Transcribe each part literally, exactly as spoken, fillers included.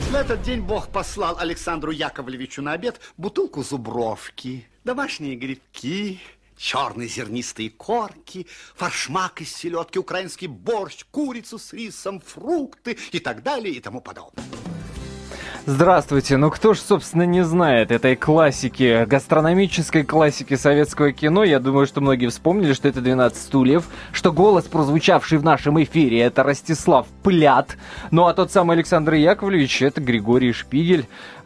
В этот день Бог послал Александру Яковлевичу на обед бутылку зубровки, домашние грибки, черные зернистые корки, форшмак из селедки, украинский борщ, курицу с рисом, фрукты и так далее и тому подобное. Здравствуйте. Ну кто ж, собственно, не знает этой классики, гастрономической классики советского кино. Я думаю, что многие вспомнили, что это «двенадцать стульев», что голос, прозвучавший в нашем эфире, это Ростислав Плят. Ну а тот самый Александр Яковлевич, это Григорий Шпигель,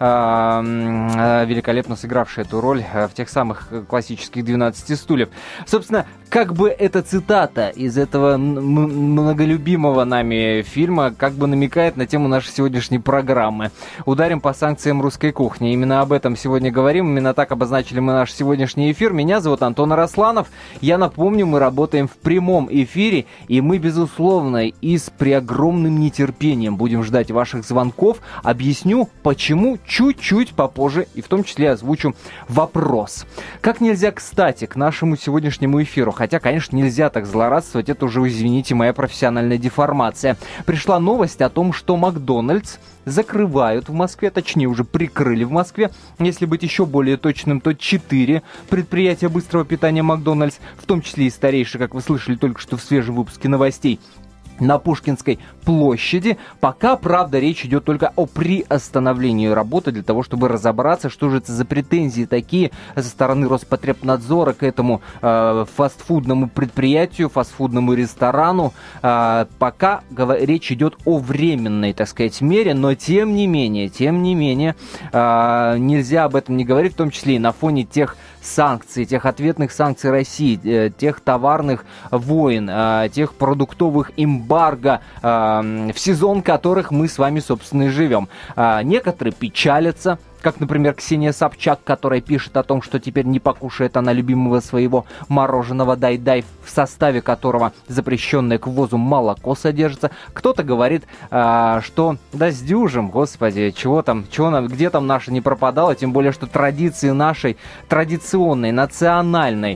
великолепно сыгравший эту роль в тех самых классических «двенадцати стульев». Собственно, как бы эта цитата из этого многолюбимого нами фильма как бы намекает на тему нашей сегодняшней программы. Ударим по санкциям русской кухни. Именно об этом сегодня говорим. Именно так обозначили мы наш сегодняшний эфир. Меня зовут Антон Арасланов. Я напомню, мы работаем в прямом эфире. И мы, безусловно, и с преогромным нетерпением будем ждать ваших звонков. Объясню, почему, чуть-чуть попозже. И в том числе озвучу вопрос. Как нельзя кстати к нашему сегодняшнему эфиру. Хотя, конечно, нельзя так злорадствовать. Это уже, извините, моя профессиональная деформация. Пришла новость о том, что Макдональдс закрывают в Москве, точнее уже прикрыли в Москве, если быть еще более точным, то четыре предприятия быстрого питания Макдональдс, в том числе и старейшие, как вы слышали только что в свежем выпуске новостей, на Пушкинской площади. Пока, правда, речь идет только о приостановлении работы для того, чтобы разобраться, что же это за претензии такие со стороны Роспотребнадзора к этому э, фастфудному предприятию, фастфудному ресторану. Э, пока говор- речь идет о временной, так сказать, мере, но тем не менее, тем не менее, э, нельзя об этом не говорить, в том числе и на фоне тех санкций, тех ответных санкций России, э, тех товарных войн, э, тех продуктовых эмбарго, э, в сезон которых мы с вами, собственно, и живем. Э, некоторые печалятся, как, например, Ксения Собчак, которая пишет о том, что теперь не покушает она любимого своего мороженого дай-дай, в составе которого запрещенное к ввозу молоко содержится. Кто-то говорит, э, что да сдюжим, господи, чего там, чего нам, где там наше не пропадало, тем более, что традиции нашей традиционной, национальной,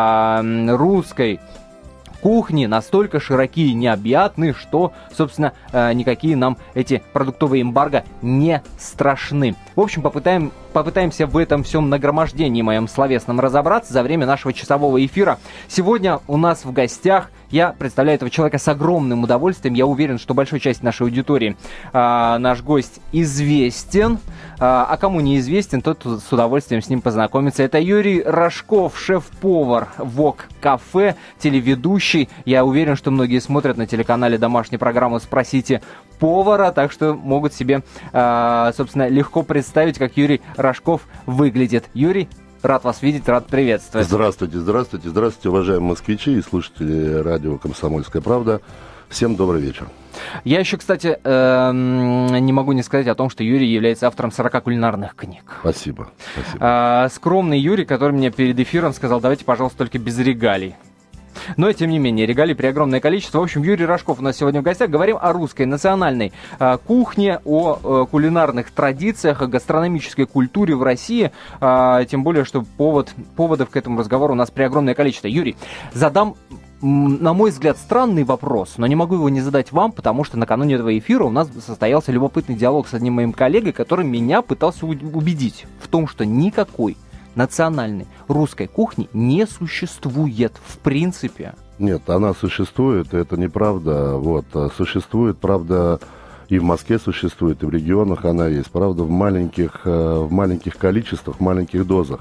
э, русской кухни настолько широкие и необъятны, что, собственно, э, никакие нам эти продуктовые эмбарго не страшны. В общем, попытаем, попытаемся в этом всем нагромождении моем словесном разобраться за время нашего часового эфира. Сегодня у нас в гостях, я представляю этого человека с огромным удовольствием. Я уверен, что большой части нашей аудитории э, наш гость известен. Э, а кому не известен, тот с удовольствием с ним познакомится. Это Юрий Рожков, шеф-повар Вок Кафе, телеведущий. Я уверен, что многие смотрят на телеканале домашнюю программу «Спросите повара», так что могут себе, э, собственно, легко представить, как Юрий Рожков выглядит. Юрий, рад вас видеть, рад приветствовать. Здравствуйте, здравствуйте, здравствуйте, уважаемые москвичи и слушатели радио «Комсомольская правда». Всем добрый вечер. Я еще, кстати, э, не могу не сказать о том, что Юрий является автором сорока кулинарных книг. Спасибо. спасибо. Э, скромный Юрий, который мне перед эфиром сказал, давайте, пожалуйста, только без регалий. Но, тем не менее, регалий при огромное количество. В общем, Юрий Рожков у нас сегодня в гостях. Говорим о русской национальной э, кухне, о э, кулинарных традициях, о гастрономической культуре в России. Э, тем более, что повод, поводов к этому разговору у нас при огромное количество. Юрий, задам, на мой взгляд, странный вопрос, но не могу его не задать вам, потому что накануне этого эфира у нас состоялся любопытный диалог с одним моим коллегой, который меня пытался убедить в том, что никакой национальной русской кухни не существует в принципе. Нет, она существует, это неправда. Вот, существует, правда, и в Москве существует, и в регионах она есть, правда, в маленьких, в маленьких количествах, в маленьких дозах.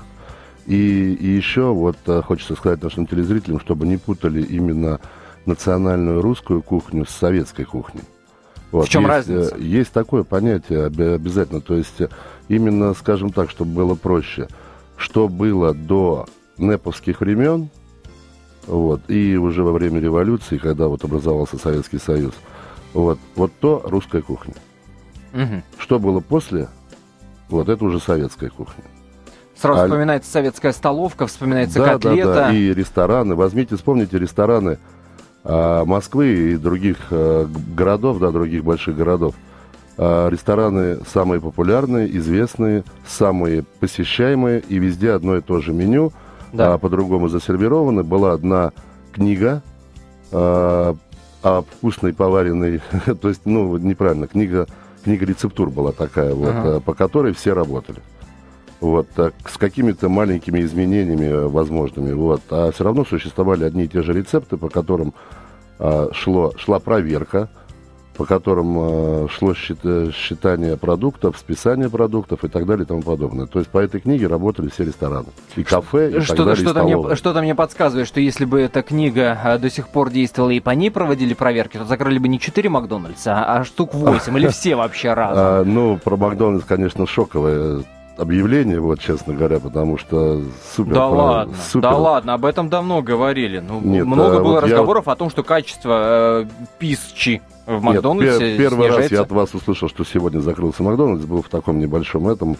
И, и еще вот хочется сказать нашим телезрителям, чтобы не путали именно национальную русскую кухню с советской кухней. Вот, в чем есть, разница? Есть такое понятие обязательно, то есть именно, скажем так, чтобы было проще, что было до нэповских времен, вот, и уже во время революции, когда вот образовался Советский Союз, вот, вот то русская кухня. Угу. Что было после, вот это уже советская кухня. Сразу а... вспоминается советская столовка, вспоминается да, котлета. Да, да, и рестораны. Возьмите, вспомните рестораны а, Москвы и других а, городов, да, других больших городов. Рестораны самые популярные, известные, самые посещаемые, и везде одно и то же меню, да. а, по-другому засервировано. Была одна книга а, о вкусной поваренной, то есть, ну, неправильно, книга книга рецептур была такая, вот, Ага. по которой все работали. Вот, так, с какими-то маленькими изменениями возможными. Вот, а все равно существовали одни и те же рецепты, по которым а, шло, шла проверка, по которым а, шло счит, считание продуктов, списание продуктов и так далее и тому подобное. То есть по этой книге работали все рестораны. И кафе, и так Что-то, далее, и что-то, столовые. мне, что-то мне подсказывает, что если бы эта книга а, до сих пор действовала и по ней проводили проверки, то закрыли бы не четыре Макдональдса, а штук восемь или все вообще разом. А, ну, про Макдональдс, конечно, шоковое объявление, вот, честно говоря, потому что супер... Да про- ладно, супер- да ладно, об этом давно говорили. Ну, Нет, много а, было вот я разговоров о том, что качество э, пищи в Нет, Макдональдсе пер- первый раз снижается. я от вас услышал, что сегодня закрылся Макдональдс, был в таком небольшом этом,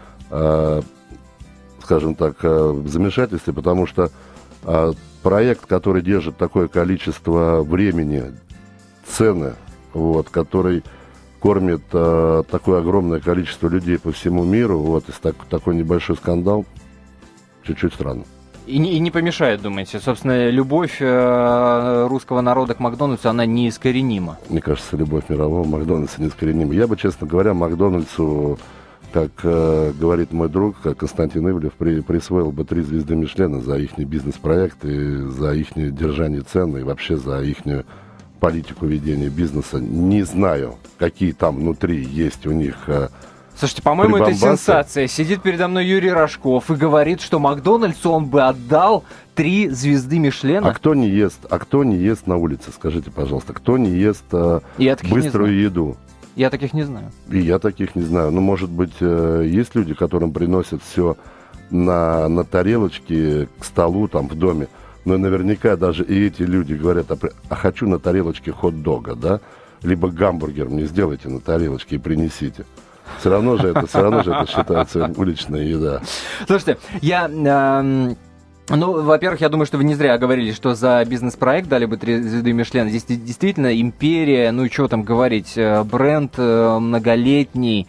э, скажем так, э, в замешательстве, потому что э, проект, который держит такое количество времени, цены, вот, который кормит э, такое огромное количество людей по всему миру, вот, и так, такой небольшой скандал, чуть-чуть странно. И не, и не помешает, думаете? Собственно, любовь э, русского народа к Макдональдсу, она неискоренима. Мне кажется, любовь мирового Макдональдса неискоренима. Я бы, честно говоря, Макдональдсу, как э, говорит мой друг, как Константин Ивлев, при, присвоил бы три звезды Мишлена за их бизнес-проект и за их держание цен и вообще за их политику ведения бизнеса. Не знаю, какие там внутри есть у них... Э, Слушайте, по-моему, это прибамбасы. сенсация. Сидит передо мной Юрий Рожков и говорит, что Макдональдсу он бы отдал три звезды Мишлена. А кто не ест, а кто не ест на улице, скажите, пожалуйста, кто не ест э, Я таких не быструю знаю. еду? Я таких не знаю. И я таких не знаю. Ну, может быть, э, есть люди, которым приносят все на, на тарелочке к столу там в доме. Но наверняка даже и эти люди говорят, а, при- а хочу на тарелочке хот-дога, да? Либо гамбургер мне сделайте на тарелочке и принесите. Все равно же это, все равно же это считается уличная еда. Слушайте, я... эм, Ну, во-первых, я думаю, что вы не зря говорили, что за бизнес-проект дали бы три звезды Мишлен. Здесь де- действительно империя, ну и что там говорить, э, бренд э, многолетний,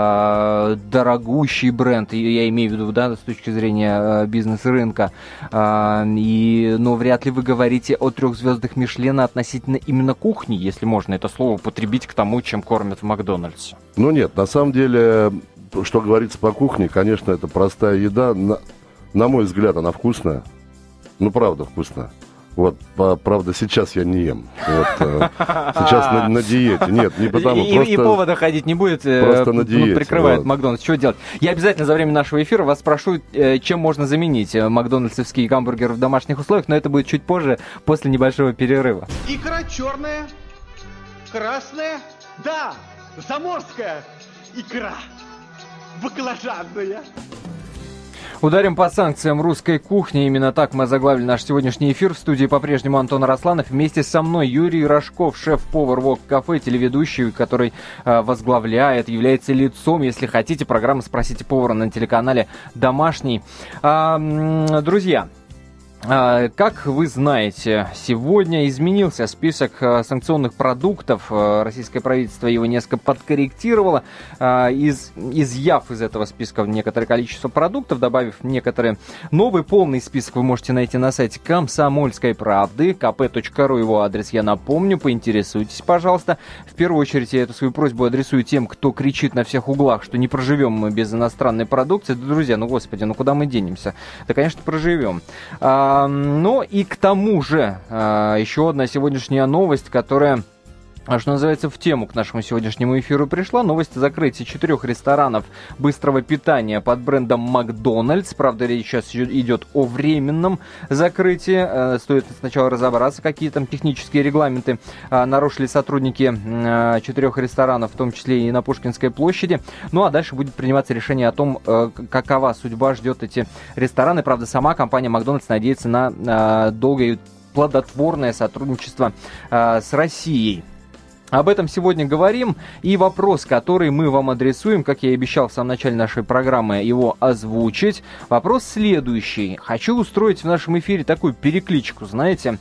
э, дорогущий бренд, и я имею в виду, да, с точки зрения э, бизнес-рынка. Э, и, ну, вряд ли вы говорите о трех звездах Мишлена относительно именно кухни, если можно это слово употребить к тому, чем кормят в Макдональдсе. Ну нет, на самом деле, что говорится по кухне, конечно, это простая еда. На, на мой взгляд, она вкусная. Ну, правда, вкусная. Вот, по- правда, сейчас я не ем. Вот, э, сейчас на, на диете. Нет, не потому, и, просто... и повода ходить не будет, э, просто на ну, диете, прикрывает вот. Макдональдс. Что делать? Я обязательно за время нашего эфира вас спрошу, э, чем можно заменить э, макдональдсовский гамбургер в домашних условиях, но это будет чуть позже, после небольшого перерыва. Икра черная, красная, да, заморская икра, баклажанная. Ударим по санкциям русской кухни. Именно так мы озаглавили наш сегодняшний эфир. В студии по-прежнему Антон Арасланов. Вместе со мной Юрий Рожков, шеф-повар ВОК-кафе, телеведущий, который э, возглавляет, является лицом, если хотите, программы «Спросите повара» на телеканале «Домашний». А, м, друзья, А, как вы знаете, сегодня изменился список а, санкционных продуктов. А, Российское правительство его несколько подкорректировало, а, из, изъяв из этого списка некоторое количество продуктов, добавив некоторые. Новый полный список вы можете найти на сайте «Комсомольской правды», ка пэ точка ру, его адрес я напомню, поинтересуйтесь, пожалуйста. В первую очередь я эту свою просьбу адресую тем, кто кричит на всех углах, что не проживем мы без иностранной продукции. Да, друзья, ну господи, ну куда мы денемся? Да, конечно, проживем. А, Ну и к тому же а, еще одна сегодняшняя новость, которая, что называется, в тему к нашему сегодняшнему эфиру пришла. Новость о закрытии четырех ресторанов быстрого питания под брендом Макдональдс. Правда, речь сейчас идет о временном закрытии. Стоит сначала разобраться, какие там технические регламенты нарушили сотрудники четырех ресторанов, в том числе и на Пушкинской площади. Ну а дальше будет приниматься решение о том, какова судьба ждет эти рестораны. Правда, сама компания Макдональдс надеется на долгое и плодотворное сотрудничество с Россией. Об этом сегодня говорим, и вопрос, который мы вам адресуем, как я и обещал в самом начале нашей программы его озвучить, вопрос следующий. Хочу устроить в нашем эфире такую перекличку, знаете.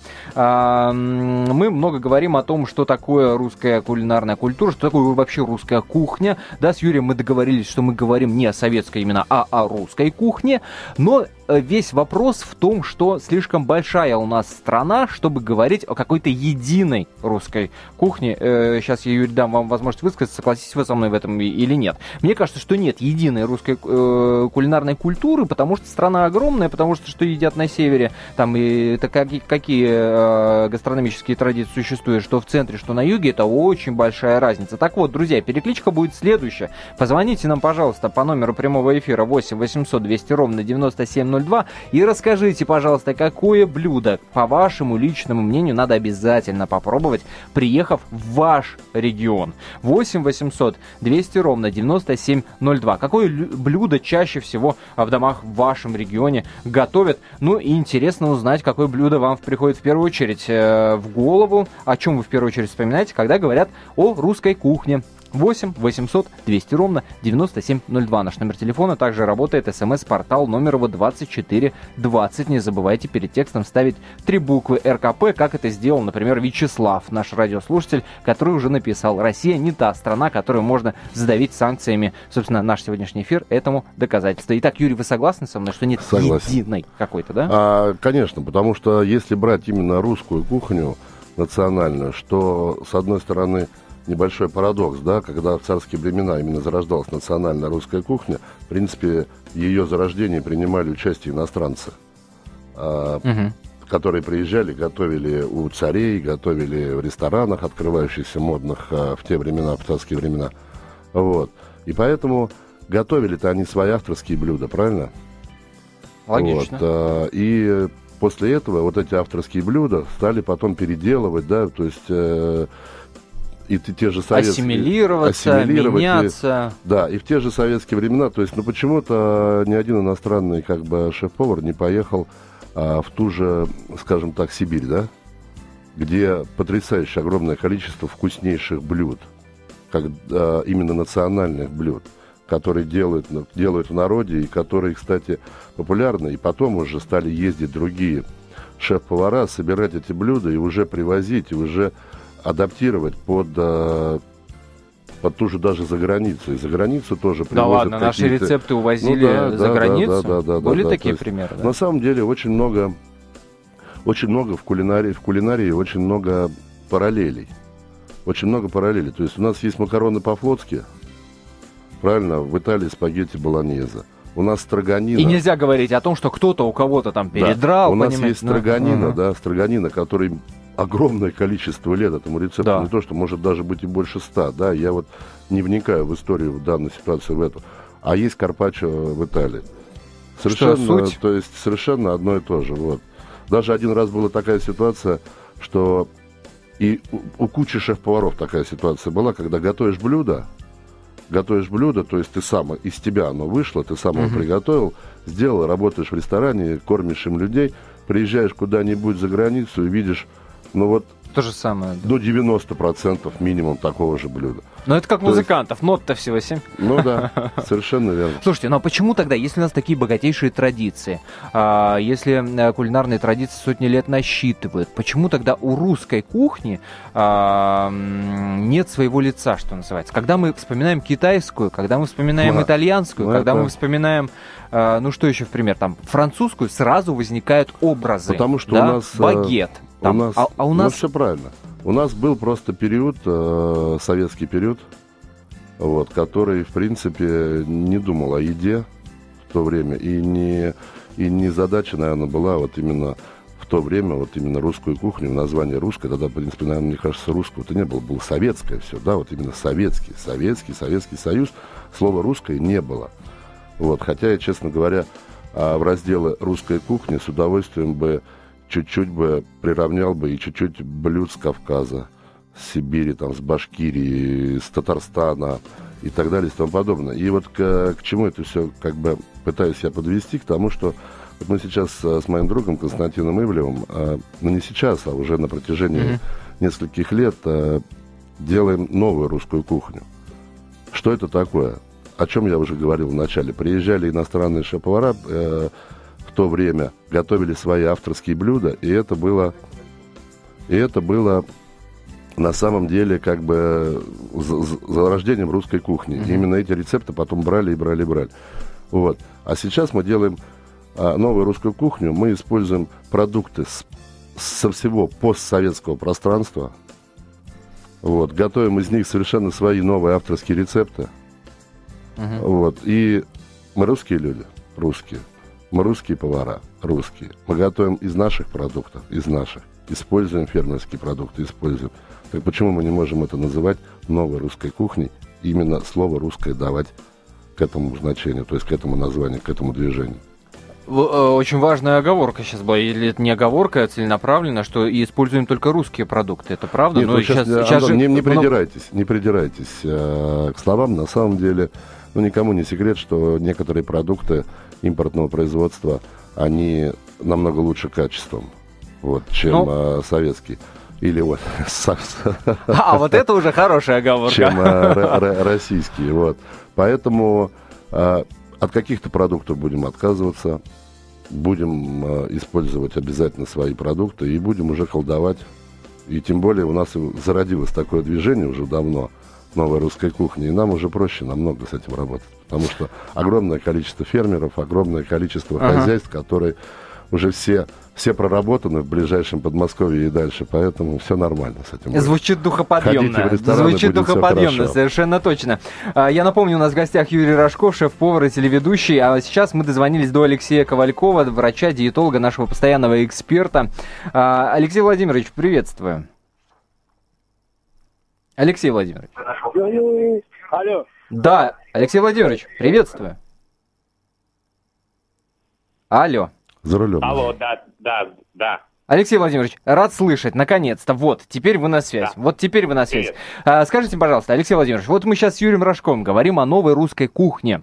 Мы много говорим о том, что такое русская кулинарная культура, что такое вообще русская кухня. Да, с Юрием мы договорились, что мы говорим не о советской именно, а о русской кухне, но весь вопрос в том, что слишком большая у нас страна, чтобы говорить о какой-то единой русской кухне. Сейчас я, Юрий, дам вам возможность высказаться, согласитесь вы со мной в этом или нет. Мне кажется, что нет единой русской кулинарной культуры, потому что страна огромная, потому что что едят на севере, там и это какие, какие гастрономические традиции существуют, что в центре, что на юге, это очень большая разница. Так вот, друзья, перекличка будет следующая. Позвоните нам, пожалуйста, по номеру прямого эфира восемь восемьсот двести ровно девяносто семь ноль два и расскажите, пожалуйста, какое блюдо, по вашему личному мнению, надо обязательно попробовать, приехав в ваш регион. восемь восемьсот двести ровно девяносто семь ноль два. Какое блюдо чаще всего в домах в вашем регионе готовят? Ну и интересно узнать, какое блюдо вам приходит в первую очередь в голову, о чем вы в первую очередь вспоминаете, когда говорят о русской кухне. восемь восемьсот двести ровно девяносто семь ноль два. Наш номер телефона. Также работает смс-портал номер его двадцать четыре двадцать. Не забывайте перед текстом ставить три буквы эр ка пэ, как это сделал, например, Вячеслав, наш радиослушатель, который уже написал: «Россия не та страна, которую можно задавить санкциями». Собственно, наш сегодняшний эфир этому доказательство. Итак, Юрий, вы согласны со мной, что нет Согласен. единой какой-то, да? А, конечно, потому что если брать именно русскую кухню национальную, что, с одной стороны, небольшой парадокс, да, когда в царские времена именно зарождалась национальная русская кухня, в принципе, в ее зарождении принимали участие иностранцы, а, угу. которые приезжали, готовили у царей, готовили в ресторанах, открывающихся модных а, в те времена, в царские времена. Вот. И поэтому готовили-то они свои авторские блюда, правильно? Логично. Вот, а, и после этого вот эти авторские блюда стали потом переделывать, да, то есть... Э, и те же советские... Ассимилироваться, меняться. И, да, и в те же советские времена, то есть, ну, почему-то ни один иностранный, как бы, шеф-повар не поехал а, в ту же, скажем так, Сибирь, да, где потрясающее огромное количество вкуснейших блюд, как, а, именно национальных блюд, которые делают, делают в народе, и которые, кстати, популярны, и потом уже стали ездить другие шеф-повара, собирать эти блюда и уже привозить, и уже адаптировать под, под ту же даже за границу. И за границу тоже привозят. Да ладно, наши рецепты увозили, ну, да, за да, границу? Да, да, да, Были да, такие да. примеры? Да? На самом деле очень много, очень много в кулинарии, в кулинарии очень много параллелей. Очень много параллелей. То есть у нас есть макароны по-флотски, правильно, в Италии спагетти болоньезе. У нас строганина. И нельзя говорить о том, что кто-то у кого-то там передрал. Да. У нас понимаете? есть строганина, ну, да, строганина, который огромное количество лет этому рецепту, да. не то, что может даже быть и больше ста, да, я вот не вникаю в историю в данной ситуации, в эту. А есть карпаччо в Италии. Совершенно, что, суть? То есть совершенно одно и то же, вот. Даже один раз была такая ситуация, что и у, у кучи шеф-поваров такая ситуация была, когда готовишь блюдо, готовишь блюдо, то есть ты сам, из тебя оно вышло, ты сам его uh-huh. приготовил, сделал, работаешь в ресторане, кормишь им людей, приезжаешь куда-нибудь за границу и видишь, ну вот, то же самое. Да. До девяносто процентов минимум такого же блюда. Но это как то музыкантов, есть... нот-то всего семь. Ну да, совершенно верно. Слушайте, ну а почему тогда, если у нас такие богатейшие традиции, а, если кулинарные традиции сотни лет насчитывают, почему тогда у русской кухни а, нет своего лица, что называется? Когда мы вспоминаем китайскую, когда мы вспоминаем а, итальянскую, ну, когда это... мы вспоминаем, а, ну что еще в пример, там, французскую, сразу возникают образы. Потому что да? у нас... Багет. Там, у нас, а, а у нас... Ну, все правильно. У нас был просто период, э, советский период, вот, который, в принципе, не думал о еде в то время. И не, и не задача, наверное, была вот именно в то время, вот именно русскую кухню, название русское, тогда, в принципе, наверное, мне кажется, русского-то не было, было советское все, да, вот именно советский, советский, Советский Союз, слова русское не было. Вот, хотя я, честно говоря, в разделы русской кухни с удовольствием бы чуть-чуть бы приравнял бы и чуть-чуть блюд с Кавказа, с Сибири, там, с Башкирии, с Татарстана и так далее и тому подобное. И вот к, к чему это все как бы пытаюсь я подвести, к тому, что вот мы сейчас с моим другом Константином Ивлевым, ну не сейчас, а уже на протяжении mm-hmm. нескольких лет делаем новую русскую кухню. Что это такое? О чем я уже говорил в начале. Приезжали иностранные шеф-повара, э, в то время готовили свои авторские блюда, и это было, и это было на самом деле как бы зарождением русской кухни. Mm-hmm. Именно эти рецепты потом брали и брали и брали. Вот. А сейчас мы делаем а, новую русскую кухню, мы используем продукты с, со всего постсоветского пространства. Вот, готовим из них совершенно свои новые авторские рецепты. Uh-huh. Вот, и мы русские люди, русские. Мы русские повара, русские. Мы готовим из наших продуктов, из наших. Используем фермерские продукты, используем. Так почему мы не можем это называть новой русской кухней? Именно слово «русское» давать к этому значению, то есть к этому названию, к этому движению. Очень важная оговорка сейчас была, или это не оговорка, а целенаправленно, что и используем только русские продукты, это правда? Нет, но ну, сейчас, сейчас, Антон, сейчас же... не, не придирайтесь, не придирайтесь э, к словам, на самом деле, ну, никому не секрет, что некоторые продукты импортного производства, они намного лучше качеством, вот, чем ну... э, советские. Или вот... А, вот это уже хорошая оговорка. Чем э, российские, вот. Поэтому э, от каких-то продуктов будем отказываться, будем э, использовать обязательно свои продукты и будем уже колдовать. И тем более у нас зародилось такое движение уже давно, новой русской кухни, и нам уже проще намного с этим работать. Потому что огромное количество фермеров, огромное количество ага. хозяйств, которые уже все, все проработаны в ближайшем Подмосковье и дальше, поэтому все нормально с этим. Звучит духоподъемно. Звучит духоподъемно, совершенно точно. Я напомню, у нас в гостях Юрий Рожков, шеф-повар и телеведущий, а сейчас мы дозвонились до Алексея Ковалькова, врача, диетолога, нашего постоянного эксперта. Алексей Владимирович, приветствую. Алексей Владимирович. Алло. Да, Алексей Владимирович, приветствую. Алло. За рулем. Алло, да, да, да. Алексей Владимирович, рад слышать, наконец-то, вот, теперь вы на связь, да. вот теперь вы на связь. А, скажите, пожалуйста, Алексей Владимирович, вот мы сейчас с Юрием Рожковым говорим о новой русской кухне,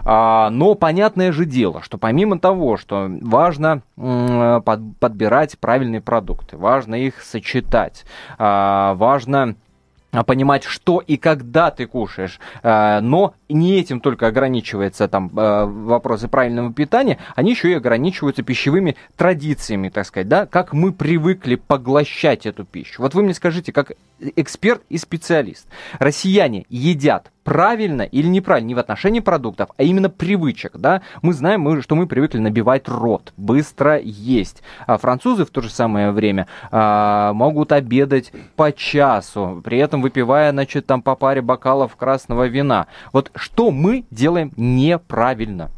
а, но понятное же дело, что помимо того, что важно м- под, подбирать правильные продукты, важно их сочетать, а, важно... понимать, что и когда ты кушаешь, но не этим только ограничивается там вопросы правильного питания, они еще и ограничиваются пищевыми традициями, так сказать, да, как мы привыкли поглощать эту пищу. Вот вы мне скажите, как эксперт и специалист, россияне едят правильно или неправильно, не в отношении продуктов, а именно привычек, да, мы знаем, что мы привыкли набивать рот, быстро есть, а французы в то же самое время а, могут обедать по часу, при этом выпивая, значит, там по паре бокалов красного вина. Вот что мы делаем неправильно?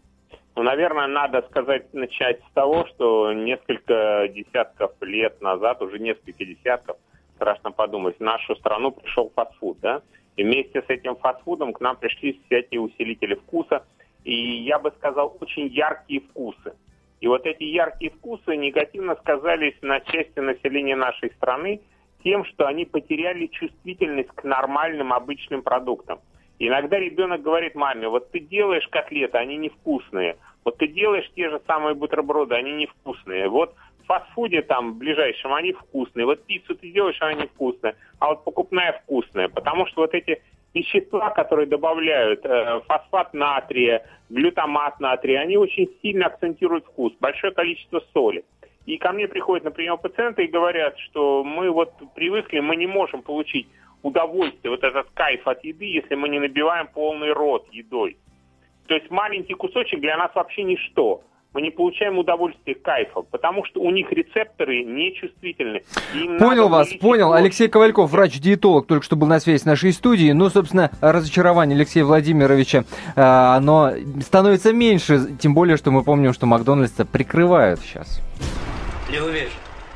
Ну, наверное, надо сказать, начать с того, что несколько десятков лет назад, уже несколько десятков, страшно подумать, в нашу страну пришел фастфуд, да, и вместе с этим фастфудом к нам пришли всякие усилители вкуса, и, я бы сказал, очень яркие вкусы. И вот эти яркие вкусы негативно сказались на части населения нашей страны тем, что они потеряли чувствительность к нормальным обычным продуктам. Иногда ребенок говорит маме: вот ты делаешь котлеты, они невкусные. Вот ты делаешь те же самые бутерброды, они невкусные. Вот в фастфуде там ближайшем они вкусные. Вот пиццу ты делаешь, она невкусная. А вот покупная вкусная. Потому что вот эти вещества, которые добавляют, э, фосфат натрия, глютамат натрия, они очень сильно акцентируют вкус. Большое количество соли. И ко мне приходят на прием пациенты и говорят, что мы вот привыкли, мы не можем получить удовольствие, вот этот кайф от еды, если мы не набиваем полный рот едой. То есть маленький кусочек для нас вообще ничто. Мы не получаем удовольствия, кайфа, потому что у них рецепторы нечувствительны. Понял вас, понял. Алексей Ковальков, врач-диетолог, только что был на связи с нашей студией. Ну, собственно, разочарование Алексея Владимировича, э, оно становится меньше, тем более, что мы помним, что Макдональдса прикрывают сейчас. Любишь?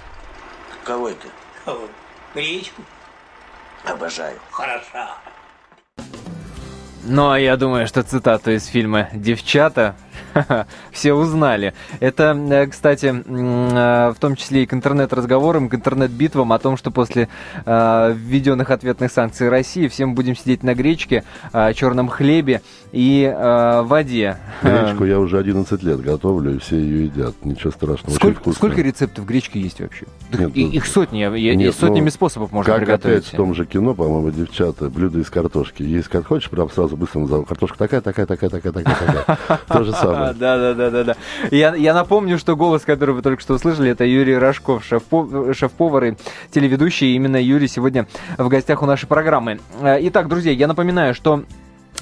Кого это? Кого? Гречку? Обожаю. Хорошо. Ну, а я думаю, что цитату из фильма «Девчата» все узнали. Это, кстати, в том числе и к интернет-разговорам, к интернет-битвам о том, что после введенных ответных санкций России все мы будем сидеть на гречке, черном хлебе и воде. Гречку я уже одиннадцать лет готовлю, и все ее едят. Ничего страшного. Сколько, сколько рецептов гречки есть вообще? Нет, их, их сотни, я, нет, сотнями ну, способов можно как приготовить. Как опять в том же кино, по-моему, «Девчата», блюдо из картошки. Есть, как хочешь, прям сразу быстро назову. Картошка такая, такая, такая, такая, такая, такая. То же самое. Да, да, да, да, да. Я, я напомню, что голос, который вы только что услышали, это Юрий Рожков, шеф-повар, шеф-повар и телеведущий. Именно Юрий сегодня в гостях у нашей программы. Итак, друзья, я напоминаю, что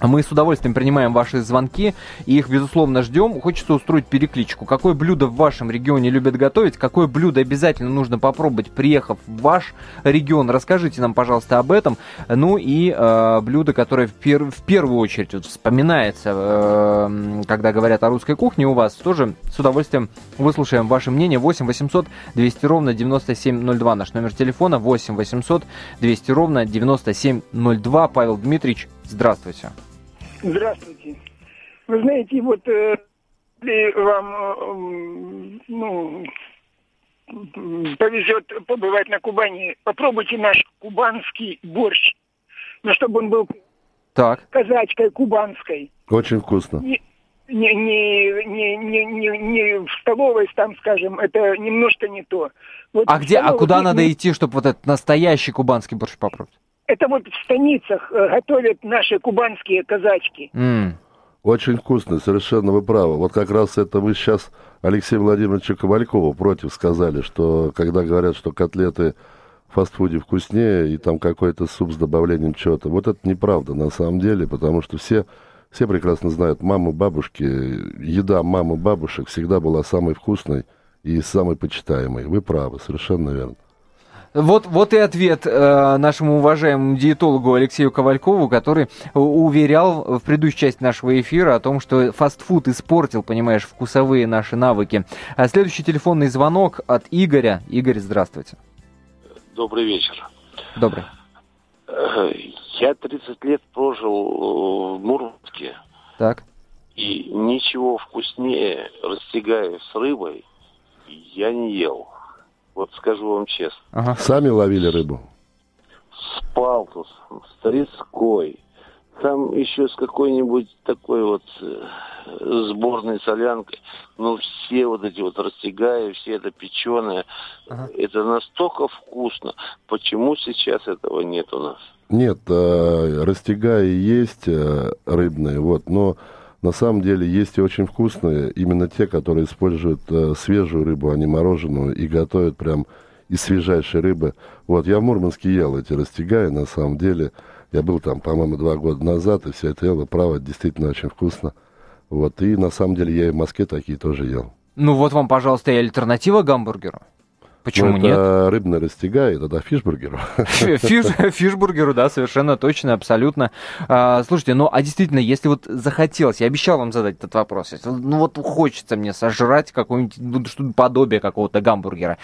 Мы с удовольствием принимаем ваши звонки и их, безусловно, ждем. Хочется устроить перекличку. Какое блюдо в вашем регионе любят готовить? Какое блюдо обязательно нужно попробовать, приехав в ваш регион? Расскажите нам, пожалуйста, об этом. Ну и э, блюдо, которое в, пер- в первую очередь вот, вспоминается, э, когда говорят о русской кухне у вас, тоже с удовольствием выслушаем ваше мнение. восемь восемьсот двести ровно девяносто семь ноль два. Наш номер телефона восемь восемьсот двести ровно девяносто семь ноль два. Павел Дмитриевич, здравствуйте. Здравствуйте. Вы знаете, вот э, если вам э, ну, повезет побывать на Кубани, попробуйте наш кубанский борщ. Но чтобы он был так. казачкой, кубанской. Очень вкусно. Не, не, не, не, не, не, не в столовой, там, скажем, это немножко не то. Вот а где, а куда не, надо не... идти, чтобы вот этот настоящий кубанский борщ попробовать? Это вот в станицах э, готовят наши кубанские казачки. Mm. Очень вкусно, совершенно вы правы. Вот как раз это вы сейчас Алексею Владимировичу Ковалькову против сказали, что когда говорят, что котлеты в фастфуде вкуснее и там какой-то суп с добавлением чего-то. Вот это неправда на самом деле, потому что все, все прекрасно знают, мамы, бабушки, еда мамы, бабушек всегда была самой вкусной и самой почитаемой. Вы правы, совершенно верно. Вот, вот и ответ э, нашему уважаемому диетологу Алексею Ковалькову, который уверял в предыдущей части нашего эфира о том, что фастфуд испортил, понимаешь, вкусовые наши навыки. А следующий телефонный звонок от Игоря. Игорь, здравствуйте. Добрый вечер. Добрый. Я тридцать лет прожил в Мурманске. Так. И ничего вкуснее, растягая с рыбой, я не ел. Вот скажу вам честно. Ага. Сами ловили рыбу? С палтус, с треской. Там еще с какой-нибудь такой вот э, сборной солянкой. Ну, все вот эти вот растягая, все это печеное. Ага. Это настолько вкусно. Почему сейчас этого нет у нас? Нет, э, растягая есть э, рыбные, вот, но... На самом деле есть и очень вкусные, именно те, которые используют э, свежую рыбу, а не мороженую, и готовят прям из свежайшей рыбы. Вот, я в Мурманске ел эти растягая, на самом деле. Я был там, по-моему, два года назад, и все это ел, и право, действительно очень вкусно. Вот, и на самом деле я и в Москве такие тоже ел. Ну вот вам, пожалуйста, и альтернатива гамбургеру. Почему ну, это нет? Рыбный растягай, это да, фишбургеру. Фиш, фишбургеру, да, совершенно точно, абсолютно. А, слушайте, ну а действительно, если вот захотелось, я обещал вам задать этот вопрос, если, ну вот хочется мне сожрать какое-нибудь ну, что-то подобие какого-то гамбургера,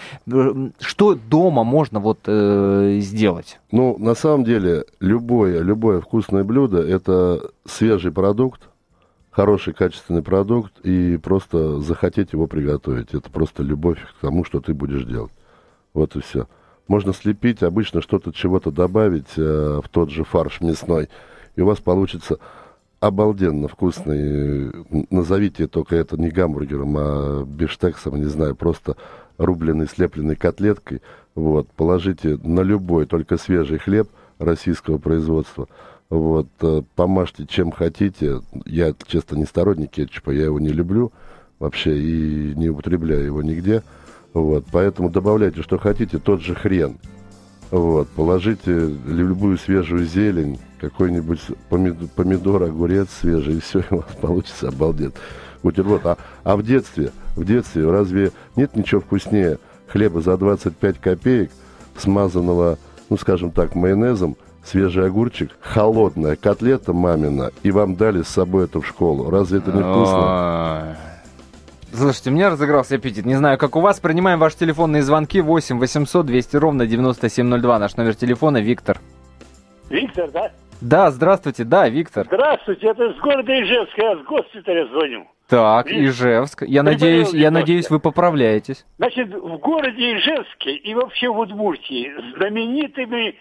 что дома можно вот э, сделать? Ну, на самом деле, любое, любое вкусное блюдо – это свежий продукт, хороший качественный продукт, и просто захотеть его приготовить. Это просто любовь к тому, что ты будешь делать. Вот и все. Можно слепить, обычно что-то, чего-то добавить э, в тот же фарш мясной, и у вас получится обалденно вкусный. Назовите только это не гамбургером, а бифштексом, не знаю, просто рубленой, слепленной котлеткой. Вот. Положите на любой, только свежий хлеб российского производства. Вот, помажьте чем хотите. Я, честно, не сторонник кетчупа, я его не люблю вообще и не употребляю его нигде. Вот, поэтому добавляйте, что хотите, тот же хрен. Вот, положите любую свежую зелень, какой-нибудь помидор, помидор, огурец свежий, и все, у вас получится обалдеть. Бутерброд. А, а в детстве, в детстве разве нет ничего вкуснее хлеба за двадцать пять копеек, смазанного, ну, скажем так, майонезом, свежий огурчик, холодная котлета мамина, и вам дали с собой это в школу. Разве это не вкусно? Слушайте, у меня разыгрался аппетит. Не знаю, как у вас. Принимаем ваши телефонные звонки. восемь восемьсот двести ровно девяносто семь ноль два. Наш номер телефона. Виктор. Виктор, да? Да, здравствуйте. Да, Виктор. Здравствуйте. Это из города Ижевска. Я с госпиталя звоню. Так, Ижевск. Я надеюсь, я надеюсь, вы поправляетесь. Значит, в городе Ижевске и вообще в Удмуртии знаменитыми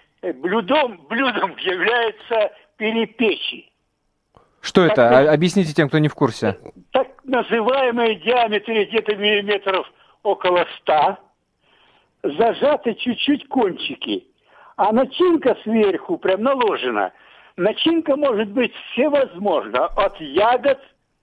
блюдом, блюдом является перепечи. Что это? Так, объясните тем, кто не в курсе. Так называемые диаметры где-то миллиметров около ста, зажаты чуть-чуть кончики, а начинка сверху прям наложена. Начинка может быть всевозможна, от ягод...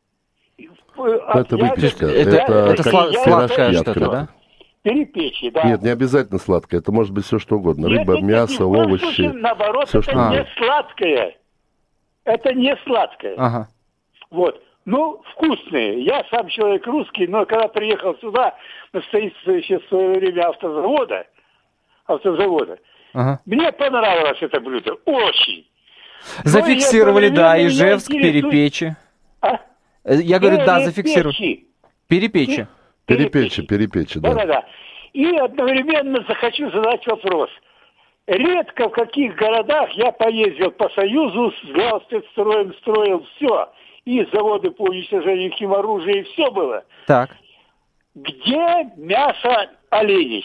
От это ягод, выпечка, это, это, это сла- сладкое что-то, да? Перепечи, да. Нет, не обязательно сладкое, это может быть все что угодно. Рыба, нет, мясо, нет, овощи. Наоборот, все, это что... не сладкое. Это не сладкое. Ага. Вот. Ну, вкусные. Я сам человек русский, но когда приехал сюда, на строительство еще в свое время автозавода, автозавода, Ага. мне понравилось это блюдо. Очень. Зафиксировали, Но да, я Ижевск, интересует- Перепечи. А? Я говорю, да, Перепечи. зафиксировали. Перепечи. Перепечи, перепечи, да. Да-да-да. И одновременно захочу задать вопрос. Редко в каких городах я поездил по Союзу, с главспецстроем строил все. И заводы по уничтожению химоружия, и все было. Так. Где мясо оленей?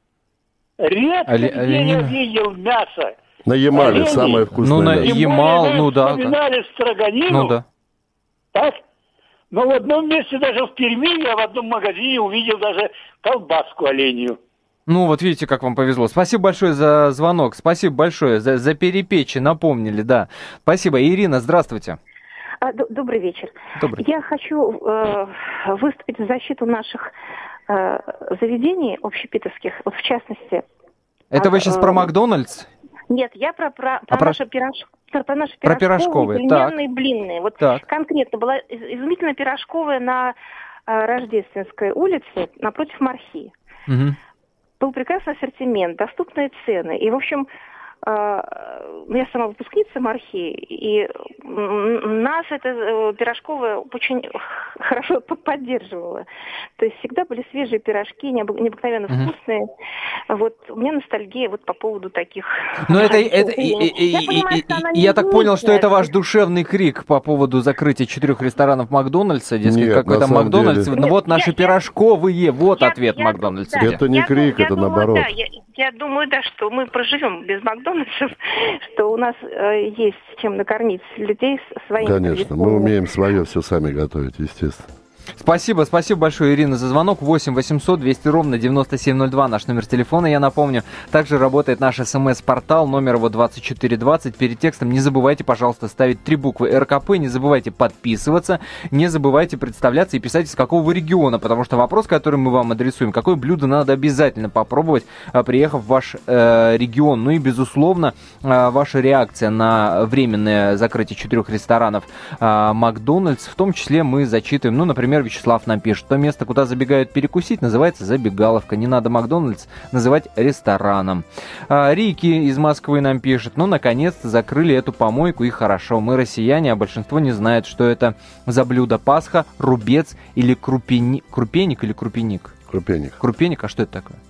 Редко Оле- где оленина. я видел мясо. На Ямале Оленей. самое вкусное Ну, на мясо. Тем Ямал, более вы ну да. вспоминали строганину, Ну да. так? Но в одном месте, даже в Перми, я в одном магазине увидел даже колбаску оленью. Ну, вот видите, как вам повезло. Спасибо большое за звонок. Спасибо большое за, за перепечи, напомнили, да. Спасибо. Ирина, здравствуйте. А, д- Добрый вечер. Добрый. Я хочу э, выступить в защиту наших э, заведений общепитовских, вот в частности. Это а, вы сейчас э, про Макдональдс? Нет, я про, про, А про, про- наши пирож... про наши Про пирожковые, пирожковые, так. пельменные, блинные. Вот Так. конкретно была из- изумительная пирожковая на э, Рождественской улице напротив Мархи. Угу. Был прекрасный ассортимент, доступные цены. И, в общем, э, ну, я сама выпускница Мархи, и м, нас эта э, пирожковая очень х- хорошо п- поддерживала. То есть всегда были свежие пирожки, необы- необыкновенно Мгм. вкусные. Вот у меня ностальгия вот по поводу таких. Ну, это, традиций. это, и, и- и- Я понимаю, и- что она и- не я так понял, что это единственная. ваш душевный крик по поводу закрытия четырех ресторанов Макдональдса. Дескать, Нет, какой на там самом Макдональдс. деле- Ну Нет, вот я- наши я- пирожковые, вот Я- ответ я Макдональдса. думаю, да, Это не я крик, думаю, это я думаю, наоборот. Да, я, я думаю, да, что мы проживем без Макдональдсов, что у нас э, есть чем накормить людей с- своими Конечно, мы традиционными- умеем свое все сами готовить, естественно. Спасибо, спасибо большое, Ирина, за звонок. восемь восемьсот двести ровно девяносто семь ноль два, наш номер телефона, я напомню. Также работает наш смс-портал, номер его двадцать четыре двадцать. Перед текстом не забывайте, пожалуйста, ставить три буквы эр ка пэ, не забывайте подписываться, не забывайте представляться и писать, из какого вы региона, потому что вопрос, который мы вам адресуем, какое блюдо надо обязательно попробовать, а, приехав в ваш э, регион. Ну и, безусловно, э, ваша реакция на временное закрытие четырех ресторанов э, Макдональдс, в том числе мы зачитываем, ну, например, Вячеслав нам пишет, то место, куда забегают перекусить, называется забегаловка. Не надо Макдональдс называть рестораном. А, Рики из Москвы нам пишет, ну, наконец-то закрыли эту помойку, и хорошо. Мы россияне, а большинство не знает, что это за блюдо. Пасха, рубец или крупени... крупеник или крупеник? Крупеник. Крупеник, а что это такое?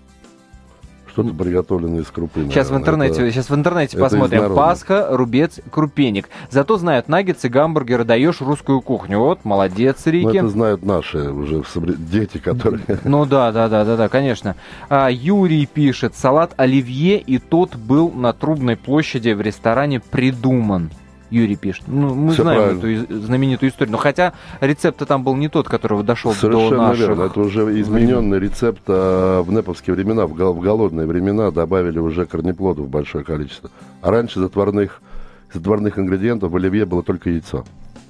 Что-то приготовленное из крупы. Сейчас в наверное. интернете, Это- сейчас в интернете это посмотрим. из народа. Пасха, рубец, крупеник. Зато знают наггетсы, гамбургеры, даешь русскую кухню. Вот, молодец, Ну, Рики. это знают наши уже совре- дети, которые... Ну да, да, да, да, да, конечно. А, Юрий пишет, салат оливье, и тот был на Трубной площади в ресторане придуман. Юрий пишет. Ну, мы Всё знаем правильно. эту из- знаменитую историю. Но хотя рецепт там был не тот, который дошел до Совершенно наших. верно. Это уже измененный рецепт а, в неповские времена, в, гол- в голодные времена добавили уже корнеплодов большое количество. А раньше из отварных, из отварных ингредиентов в оливье было только яйцо.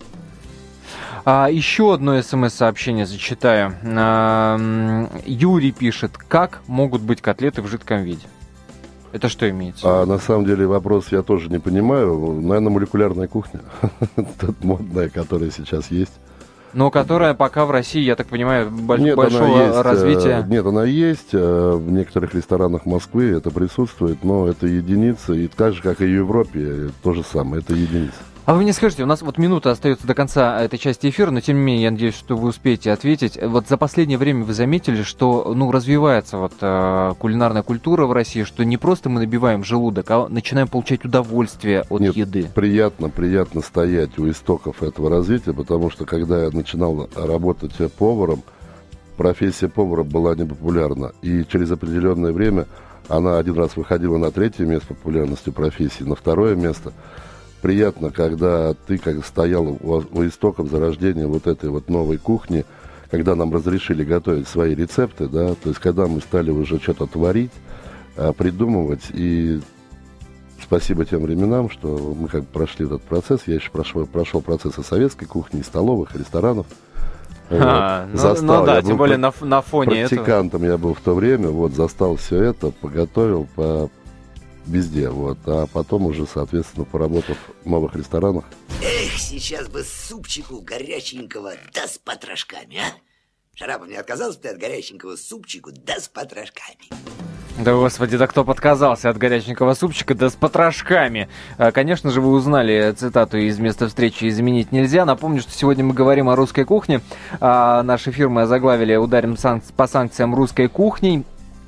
А, еще одно смс-сообщение зачитаю. А, м, Юрий пишет, как могут быть котлеты в жидком виде? Это что имеется? А на самом деле вопрос я тоже не понимаю. Наверное, молекулярная кухня. Тут модная, которая сейчас есть. Но которая пока в России, я так понимаю, больш- Нет, большого она есть, развития. э, Нет, она есть. э, В некоторых ресторанах Москвы это присутствует, но это единица. И так же, как и в Европе, э, то же самое. Это единица. А вы мне скажите, у нас вот минута остается до конца этой части эфира, но тем не менее, я надеюсь, что вы успеете ответить. Вот за последнее время вы заметили, что ну, развивается вот, э, кулинарная культура в России, что не просто мы набиваем желудок, а начинаем получать удовольствие от Нет, еды. Приятно, приятно стоять у истоков этого развития, потому что когда я начинал работать поваром, профессия повара была непопулярна. И через определенное время она один раз выходила на третье место по популярности профессии, на второе место. Приятно, когда ты как стоял у, у истоков зарождения вот этой вот новой кухни, когда нам разрешили готовить свои рецепты, да, то есть когда мы стали уже что-то творить, а, придумывать, и спасибо тем временам, что мы как бы прошли этот процесс, я еще прошел, прошел процессы советской кухни, столовых, ресторанов. А, Вот. ну, Застал, ну да, я тем был более пр- на, на фоне этого. Практикантом я был в то время, вот, застал все это, поготовил, по... везде, вот. А потом уже, соответственно, поработав в новых ресторанах. Эх, сейчас бы супчику горяченького, да с потрошками, а? Шарапов, не отказался ты от горяченького супчику, да с потрошками? Да, господи, да кто подказался от горяченького супчика, да с потрошками. Конечно же, вы узнали цитату из «Места встречи изменить нельзя». Напомню, что сегодня мы говорим о русской кухне. Наш эфир мы озаглавили «Ударим по санкциям русской кухней».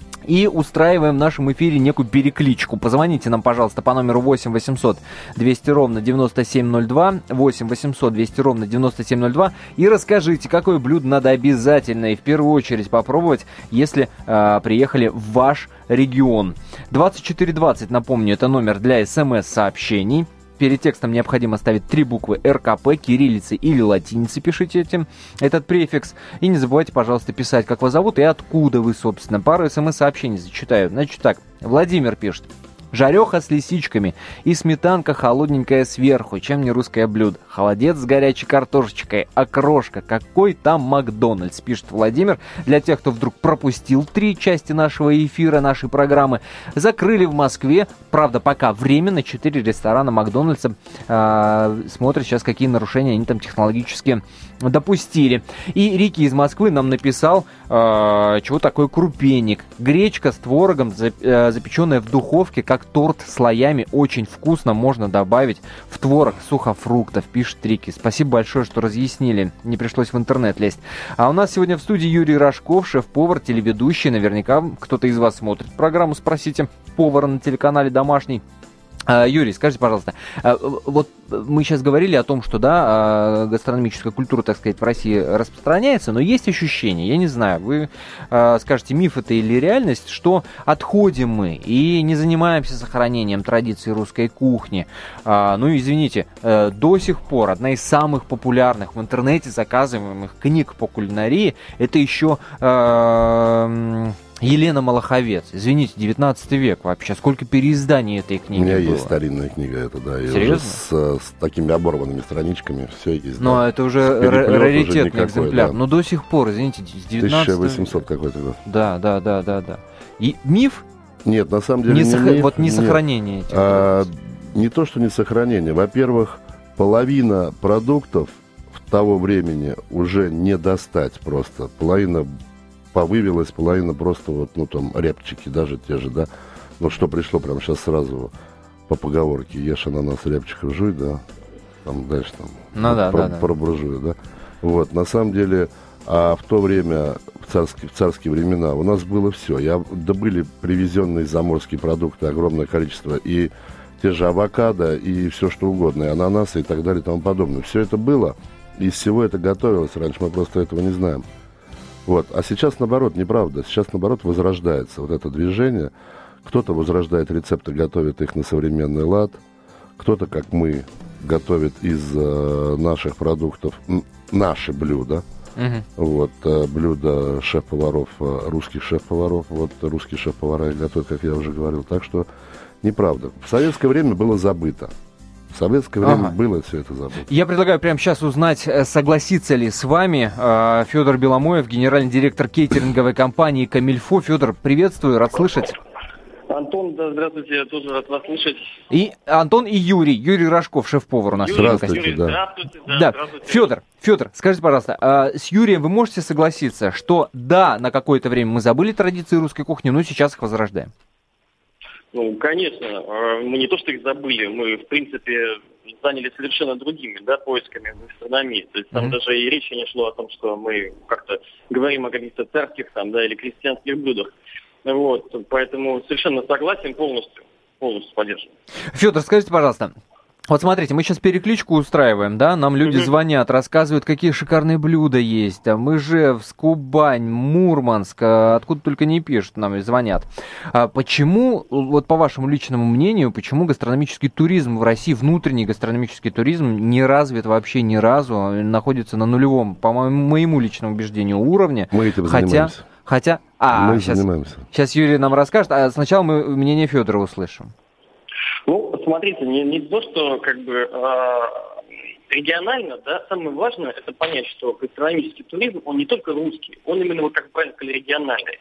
И устраиваем в нашем эфире некую перекличку. Позвоните нам, пожалуйста, по номеру восемь восемьсот двести ровно девяносто семь ноль два, восемь восемьсот двести ровно девяносто семь ноль два, и расскажите, какое блюдо надо обязательно и в первую очередь попробовать, если э, приехали в ваш регион. двадцать четыре двадцать, напомню, это номер для смс-сообщений. Перед текстом необходимо ставить три буквы эр ка пэ, кириллицей или латиницей, пишите этим, этот префикс. И не забывайте, пожалуйста, писать, как вас зовут и откуда вы, собственно. Пару смс-сообщений зачитаю. Значит так, Владимир пишет. Жареха с лисичками и сметанка холодненькая сверху. Чем не русское блюдо? Холодец с горячей картошечкой, окрошка. Какой там Макдональдс, пишет Владимир. Для тех, кто вдруг пропустил три части нашего эфира, нашей программы, закрыли в Москве, правда, пока временно, четыре ресторана Макдональдса. Э, смотрят сейчас, какие нарушения они там технологически допустили. И Рики из Москвы нам написал, э, чего такое крупенник. Гречка с творогом, э, запеченная в духовке, как торт слоями, очень вкусно, можно добавить в творог сухофруктов, пишет Рики. Спасибо большое, что разъяснили, не пришлось в интернет лезть. А у нас сегодня в студии Юрий Рожков, шеф-повар, телеведущий. Наверняка кто-то из вас смотрит программу «Спросите повара» на телеканале «Домашний». Юрий, скажите, пожалуйста, вот мы сейчас говорили о том, что, да, гастрономическая культура, так сказать, в России распространяется, но есть ощущение, я не знаю, вы скажете, миф это или реальность, что отходим мы и не занимаемся сохранением традиций русской кухни. Ну, извините, до сих пор одна из самых популярных в интернете заказываемых книг по кулинарии, это еще... Елена Малаховец. Извините, девятнадцатый век вообще. Сколько переизданий этой книги было? У меня было? Есть старинная книга эта, да. Серьезно? С, с такими оборванными страничками. Все есть. Но да. Это уже раритетный никакой, экземпляр. Да. Но до сих пор, извините, с девятнадцатого... тысяча восемьсот какой-то год. Да, да, да, да, да. И миф? Нет, на самом деле не, не сох... миф. Вот не сохранение этих. А, не то, что не сохранение. Во-первых, половина продуктов в того времени уже не достать просто. Половина... повывелась, половина просто вот, ну, там, рябчики даже те же, да. Ну, что пришло прямо сейчас сразу по поговорке. Ешь ананас, рябчиков жуй, да. Там дальше там ну, да, про, да, про буржую, да. Вот, на самом деле, а в то время, в царские, в царские времена, у нас было все. Я, да были привезенные заморские продукты, огромное количество, и те же авокадо, и все что угодно, и ананасы, и так далее, и тому подобное. Все это было, из всего это готовилось раньше, мы просто этого не знаем. Вот. А сейчас, наоборот, неправда. Сейчас, наоборот, возрождается вот это движение. Кто-то возрождает рецепты, готовит их на современный лад. Кто-то, как мы, готовит из э, наших продуктов н- наши блюда. Uh-huh. Вот, э, блюда шеф-поваров, э, русских шеф-поваров. Вот русские шеф-повара готовят, как я уже говорил. Так что неправда. В советское время было забыто. В советское время ага. было все это забыто. Я предлагаю прямо сейчас узнать, согласится ли с вами э, Федор Беломоев, генеральный директор кейтеринговой компании «Камильфо». Федор, приветствую, рад слышать. Антон, да, здравствуйте, я тоже рад вас слышать. И Антон и Юрий, Юрий Рожков, шеф-повар у нас. Юрий, здравствуйте, Юрий, да. Здравствуйте, да, да. Здравствуйте. Федор, Федор, скажите, пожалуйста, э, с Юрием вы можете согласиться, что да, на какое-то время мы забыли традиции русской кухни, но сейчас их возрождаем? Ну, конечно, мы не то что их забыли, мы, в принципе, занялись совершенно другими, да, поисками в гастрономии. То есть там mm-hmm. даже и речи не шло о том, что мы как-то говорим о каких-то царских там, да, или крестьянских блюдах. Вот, поэтому совершенно согласен, полностью, полностью поддерживаю. Федор, скажите, пожалуйста, вот смотрите, мы сейчас перекличку устраиваем, да, нам люди mm-hmm. звонят, рассказывают, какие шикарные блюда есть, там, Ижевск, Кубань, Мурманск, откуда только не пишут, нам и звонят. А почему, вот по вашему личному мнению, почему гастрономический туризм в России, внутренний гастрономический туризм не развит вообще ни разу, находится на нулевом, по моему личному убеждению, уровне? Мы этим хотя... занимаемся. Хотя, а, мы сейчас, занимаемся. Сейчас Юрий нам расскажет, а сначала мы мнение Федора услышим. Ну, смотрите, не, не то, что как бы э, регионально, да, самое важное это понять, что гастрономический туризм, он не только русский, он именно, вот как правильно сказали, региональный.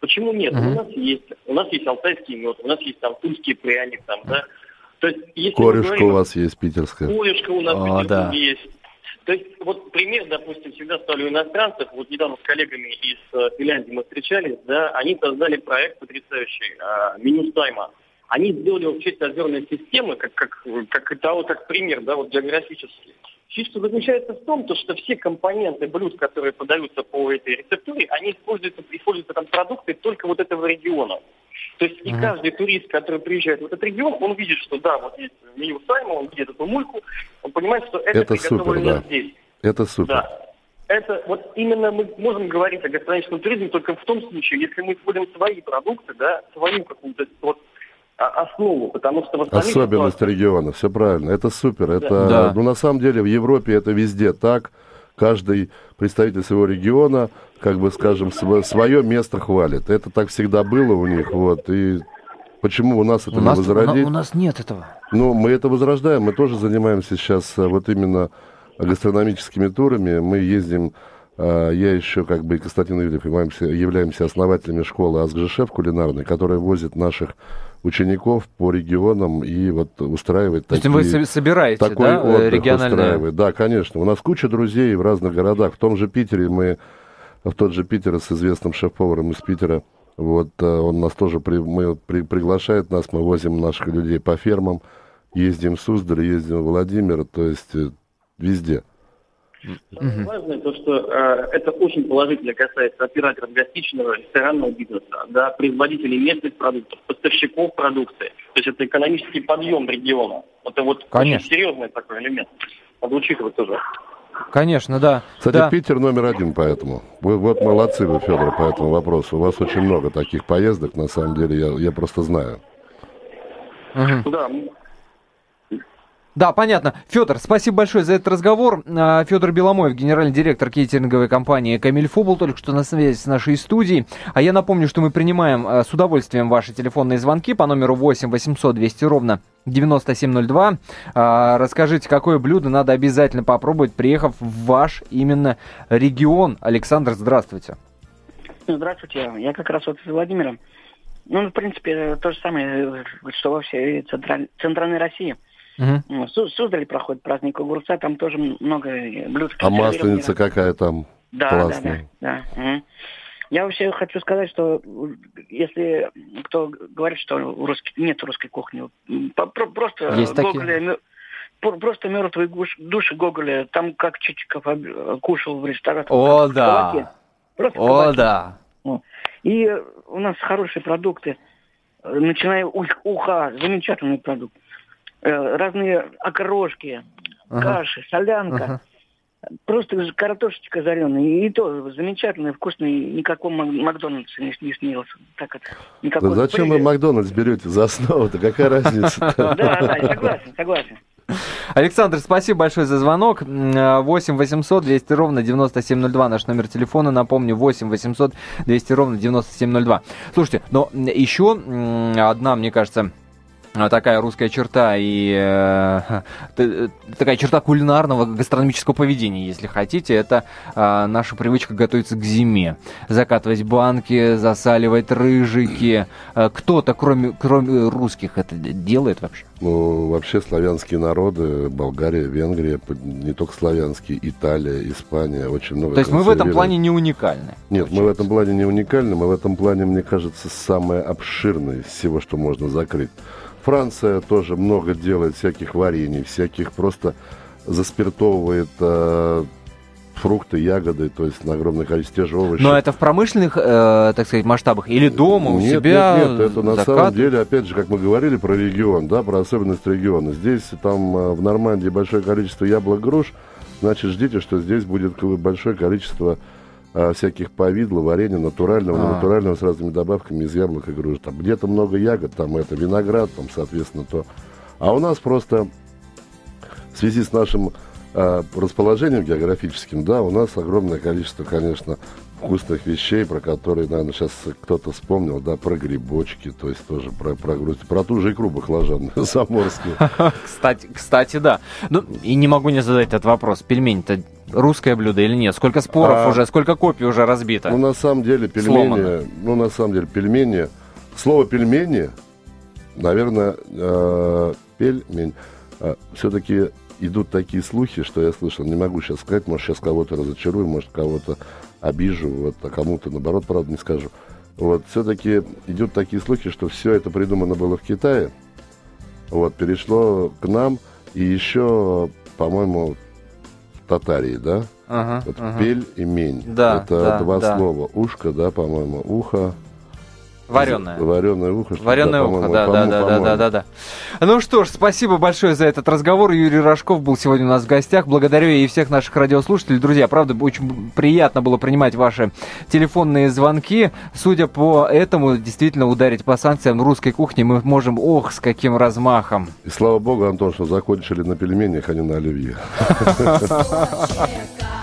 Почему нет? Мгм. У нас есть, у нас есть алтайский мед, у нас есть там тульский пряник, там, да. То есть, если мы Корюшка говорим- у вас есть питерская. Корюшка у нас в О, Петербурге да. есть. То есть, вот пример, допустим, всегда ставлю иностранцев. Вот недавно с коллегами из э, Финляндии мы встречались, да, они создали проект потрясающий, э, меню Сайма. Они сделали в честь озерной системы, как, как, как, это, вот, как пример, да, вот географический. Фишка заключается в том, то, что все компоненты блюд, которые подаются по этой рецептуре, они используются, используются там продукты только вот этого региона. То есть и Мгм. каждый турист, который приезжает в этот регион, он видит, что да, вот есть меню Сайма, он видит эту мульку, он понимает, что это, Это приготовлено супер, да. здесь. Это супер. Да. Это вот именно мы можем говорить о гастрономическом туризме только в том случае, если мы используем свои продукты, да, свою какую-то вот а, основу, потому что в остальных Особенность ситуациях- региона, все правильно. Это супер. Это, Да. ну, на самом деле, в Европе это везде так. Каждый представитель своего региона, как бы, скажем, свое место хвалит. Это так всегда было у них, вот. И почему у нас это У не нас, у, возродить? на- у нас нет этого. Ну, мы это возрождаем. Мы тоже занимаемся сейчас а, вот именно гастрономическими турами. Мы ездим, а, я еще, как бы, и Константин Юрьев, являемся, являемся основателями школы Асгжешеф кулинарной, которая возит наших учеников по регионам и вот устраивает То есть такие... вы со- собираете, такой да, отдых региональные? устраивает. Да, конечно. У нас куча друзей в разных городах. В том же Питере мы, в тот же Питер с известным шеф-поваром из Питера, вот э, он нас тоже при, мы, при- приглашает нас, мы возим наших людей по фермам, ездим в Суздаль, ездим в Владимир, то есть э, везде. Самое важное то, что э, это очень положительно касается операторов гостиничного, ресторанного бизнеса, да, производителей местных продуктов, поставщиков продукции. То есть это экономический подъем региона. Это вот Конечно. очень серьезный такой элемент. Надо учитывать тоже. Конечно, да. Кстати, да. Питер номер один поэтому. Вы вот молодцы вы, Федор, по этому вопросу. У вас очень много таких поездок, на самом деле, я, я просто знаю. Мгм. Да, Да, понятно. Федор, спасибо большое за этот разговор. А, Федор Беломоев, генеральный директор кейтеринговой компании «Камильфо», был только что на связи с нашей студией. А я напомню, что мы принимаем а, с удовольствием ваши телефонные звонки по номеру восемь восемьсот двести ровно девяносто семь ноль два. А, расскажите, какое блюдо надо обязательно попробовать, приехав в ваш именно регион. Александр, здравствуйте. Здравствуйте, я как раз вот из Владимира. Ну, в принципе, то же самое, что во всей централь- центральной России. Мгм. В Су- Суздале проходит праздник огурца, там тоже много блюд. А масленица какая там Да, классная. да, да, да. Мгм. Я вообще хочу сказать, что если кто говорит, что у русских нет русской кухни, по- про- просто Есть такие. Гоголя, мё- про- просто мертвые гуш- души Гоголя, там как Чичиков об- кушал в ресторанах. О, в да. кабаке. Просто в О, кабаке. да. О. И у нас хорошие продукты, э, начиная ух- уха, замечательный продукт. Э, Разные окрошки, Ага. каши, солянка. Ага. Просто ж- картошечка жареная. И то замечательный, вкусный. Никакого Мак- Макдональдса не, не снился. Так это, Да никакой зачем вы пыли. Макдональдс берете за основу-то? Какая разница? Да, да, согласен, согласен. Александр, спасибо большое за звонок. восемь восемьсот двести ровно девяносто семь ноль два наш номер телефона. Напомню, восемь восемьсот двести ровно девяносто семь ноль два. Слушайте, но еще одна, мне кажется, такая русская черта и э, т- такая черта кулинарного гастрономического поведения, если хотите, это э, наша привычка готовиться к зиме. Закатывать банки, засаливать рыжики. Э, кто-то, кроме, кроме русских, это делает вообще? Ну, вообще славянские народы, Болгария, Венгрия, п- не только славянские, Италия, Испания, очень много. То есть мы в этом консервируют. плане не уникальны? Нет, мы в этом плане не уникальны, мы в этом плане, мне кажется, самое обширное из всего, что можно закрыть. Франция тоже много делает всяких варений, всяких просто заспиртовывает э, фрукты, ягоды, то есть на огромное количество те же овощи. Но это в промышленных, э, так сказать, масштабах или дома у Нет, себя? нет, нет, это на закат? самом деле, опять же, как мы говорили про регион, да, про особенность региона. Здесь, там, э, в Нормандии большое количество яблок, груш, значит, ждите, что здесь будет к- большое количество э, всяких повидла, варенья натурального, А. натурального с разными добавками из яблок и груш. Там где-то много ягод, там это виноград, там, соответственно, то. А у нас просто в связи с нашим э, расположением географическим, да, у нас огромное количество, конечно, вкусных вещей, про которые, наверное, сейчас кто-то вспомнил, да, про грибочки, то есть тоже про, про грусть, про ту же икру баклажанную заморскую. Кстати, кстати, да. Ну, и не могу не задать этот вопрос. Пельмень-то русское блюдо или нет? Сколько споров а, уже, сколько копий уже разбито? Ну, на самом деле, пельмени, Сломано. ну, на самом деле, пельмени, слово пельмени, наверное, э, пельмень, э, все-таки идут такие слухи, что я слышал, не могу сейчас сказать, может, сейчас кого-то разочарую, может, кого-то обижу, вот, а кому-то, наоборот, правда, не скажу. Вот, все-таки идут такие слухи, что все это придумано было в Китае, вот, перешло к нам, и еще, по-моему, в Татарии, да? Ага, вот ага. Пель и мень. Да, это да, два да. слова. Ушко, да, по-моему, ухо. Вареное. Вареное ухо. Вареное да, ухо, да, да, да, да, да, да, да. Ну что ж, спасибо большое за этот разговор. Юрий Рожков был сегодня у нас в гостях. Благодарю и всех наших радиослушателей. Друзья, правда, очень приятно было принимать ваши телефонные звонки. Судя по этому, действительно ударить по санкциям русской кухни мы можем, ох, с каким размахом. И слава богу, Антон, что закончили на пельменях, а не на оливье.